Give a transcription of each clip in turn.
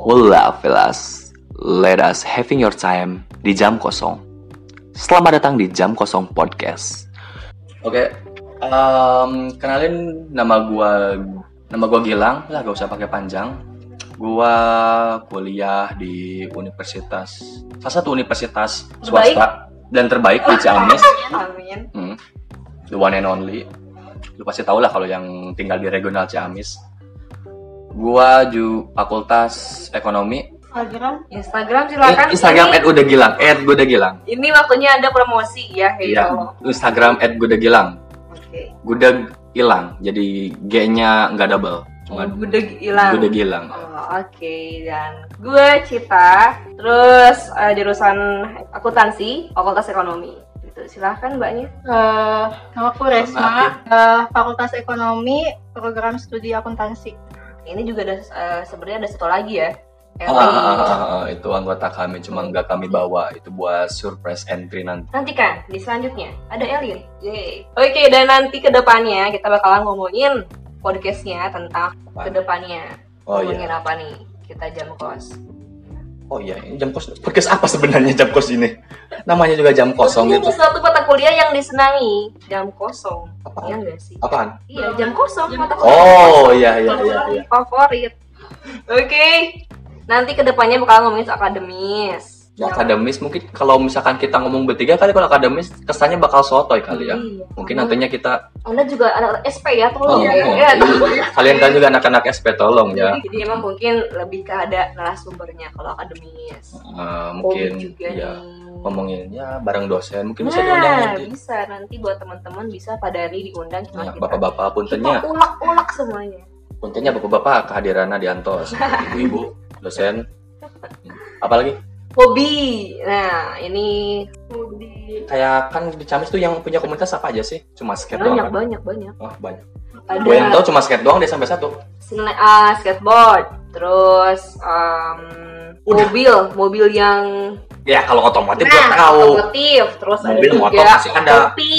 Hola fellas, let us having your time di jam kosong. Selamat datang di Jam Kosong Podcast. Oke, kenalin nama gua Gilang, lah gak usah pakai panjang. Gua kuliah di salah satu universitas swasta dan terbaik di Ciamis. Amin. The one and only. Lu pasti tau lah kalau yang tinggal di regional Ciamis. Gua fakultas ekonomi. Instagram silakan. Instagram @udagilang. Ini waktunya ada promosi ya, Iya. Instagram @gudagilang. Oke. Gudag hilang. Jadi G-nya nggak double. Cuma Gudagilang. Oke. Dan gue Cita. Terus jurusan akuntansi, fakultas ekonomi. Gitu. Silahkan mbaknya. Nama aku Resma, Fakultas Ekonomi, Program Studi Akuntansi. Ini juga ada sebenarnya ada satu lagi ya. Itu anggota kami, cuma nggak kami bawa. Itu buat surprise entry nanti. Nantikan di selanjutnya ada Elin. Yeay. Oke, dan nanti ke depannya kita bakalan ngomongin podcastnya tentang kedepannya. Ngomongin apa nih? Kita jam kos. Oh iya, ini jam kos. Podcast apa sebenarnya jam kos ini? Namanya juga jam kosong gitu. Ini suatu mata kuliah yang disenangi, jam kosong. Apaan? Iya enggak sih? Apaan? Iya, jam kosong mata kuliah. Oh iya. Favorit. Oke. Nanti kedepannya bakal ngomongin soal akademis. Ya, akademis mungkin kalau misalkan kita ngomong bertiga kali, kalau akademis kesannya bakal sotoy kali ya. Iya. Mungkin nantinya kita. Anda juga anak SP ya, tolong ya. Kalian kan juga anak-anak SP, tolong ya. Jadi emang mungkin lebih ke ada narasumbernya kalau akademis. Mungkin juga ya nih. ngomongin ya bareng dosen, mungkin bisa diundang nanti. Bisa nanti buat teman-teman bisa pada hari diundang cuma kita. Bapak-bapak puntennya. Kita ulak-ulak semuanya. Puntennya bapak-bapak kehadirannya diantos. Ibu-ibu, dosen. Apalagi? Hobi. Nah, ini hobi. Kayak kan di Ciamis tuh yang punya komunitas apa aja sih? Cuma skate doang kan? Banyak. Oh, banyak. Ada Gue yang tahu cuma skate doang deh sampai satu. Skateboard, terus mobil yang ya kalau otomotif gue tahu. Otomotif, terus mobil, ada motor juga masih ada.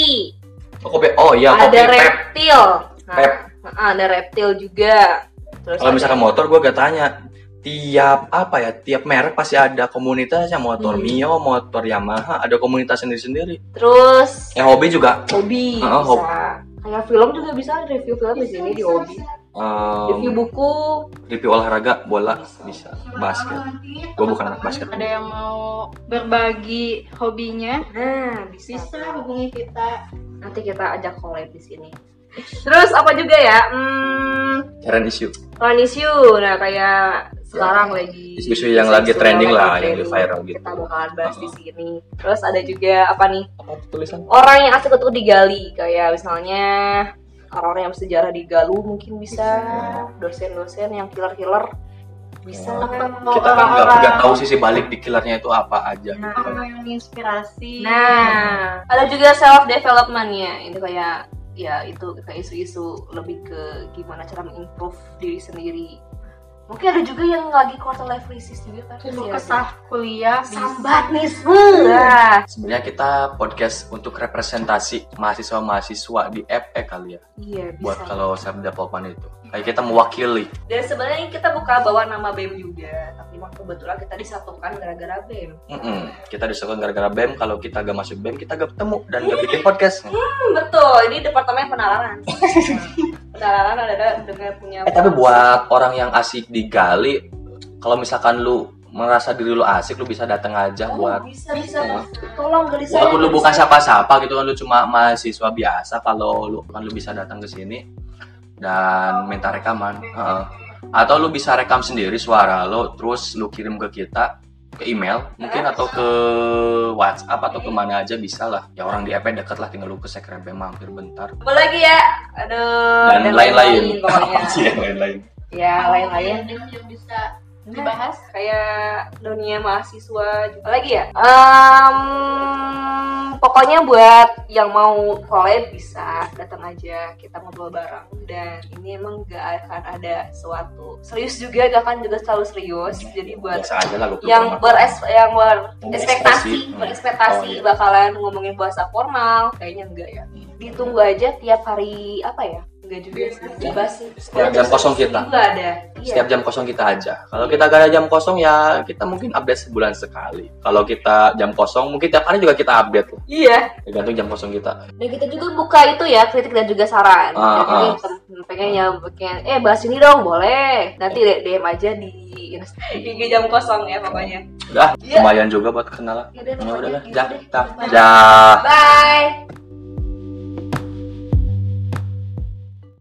kopi. Oh iya, ada kopi reptil. Pep. Ada reptil juga. Terus kalau misalkan motor gue gak tanya. Tiap merek pasti ada komunitasnya. Motor Mio, motor Yamaha, ada komunitas sendiri-sendiri. Terus hobi juga. Hobi bisa. Kayak film juga bisa, review film di sini di hobi. Review buku, review olahraga, bola bisa, basket. Gue bukan anak basket. Ada yang mau berbagi hobinya? Nah, bisa hubungi kita. Nanti kita ajak collab di sini. Terus apa juga ya? Current issue. Nah kayak sekarang lagi isu-isu yang lagi trending lah, yang viral gitu. Kita bakalan bahas di sini. Terus ada juga apa nih? Apa tulisan? Orang yang asik untuk digali, kayak misalnya orang-orang yang bersejarah di Galuh mungkin bisa, dosen-dosen yang killer-killer bisa. Kita kan nggak tahu sisi balik di killernya itu apa aja. Orang yang inspirasi. Nah, ada juga self development-nya. Itu kayak ya itu kayak isu-isu lebih ke gimana cara mengimprove diri sendiri. Mungkin ada juga yang lagi quarter life crisis juga kan. Kesah kuliah, sambat nih. Sebenarnya kita podcast untuk representasi mahasiswa di FE kali ya. Iya, bisa. Buat kalau self development itu. Kayak kita mewakili. Dan sebenarnya kita buka bawa nama BEM juga, tapi emang kebetulan kita disatukan gara-gara BEM. Kita disatukan gara-gara BEM. Kalau kita gak masuk BEM, kita gak ketemu dan gak bikin podcast. Betul, ini departemen penalaran. Penalaran ada dengan punya. Tapi buat orang yang asik digali, kalau misalkan lu merasa diri lu asik, lu bisa datang aja buat. Bisa. Tolong gali saya. Walaupun lu bukan siapa-siapa gitu kan, lu cuma mahasiswa biasa, kalau lu bisa datang ke sini dan minta rekaman. Atau lu bisa rekam sendiri suara lo, terus lu kirim ke kita ke email mungkin atau ke WhatsApp atau kemana aja bisa lah. Ya orang di EP deket lah, tinggal lu ke Sekre BEM mampir bentar. Apa lagi ya? Aduh. Dan lain-lain. Pokoknya. Yang lain-lain. Ya lain-lain yang bisa dibahas kayak dunia mahasiswa juga lagi ya. Pokoknya buat yang mau collab bisa datang aja, kita ngobrol bareng. Dan ini emang gak akan ada suatu serius juga, gak akan juga selalu serius. Jadi buat yang berekspektasi bakalan ngomongin bahasa formal, kayaknya enggak ya. Ditunggu aja tiap hari Enggak juga sih, bebas sih. Setiap jam kosong kita. Juga ada. Iya. Setiap jam kosong kita aja. Kalau kita gak ada jam kosong ya kita mungkin update sebulan sekali. Kalau kita jam kosong mungkin tiap hari juga kita update loh. Iya. Tergantung jam kosong kita. Dan kita juga buka itu ya, kritik dan juga saran. Jadi pengen ya bahas ini dong, boleh. Nanti DM aja di IG jam kosong ya pokoknya. Udah, lumayan juga buat kenalan. Ya udah, Ya udahlah, gitu dah, deh. dah. Bye.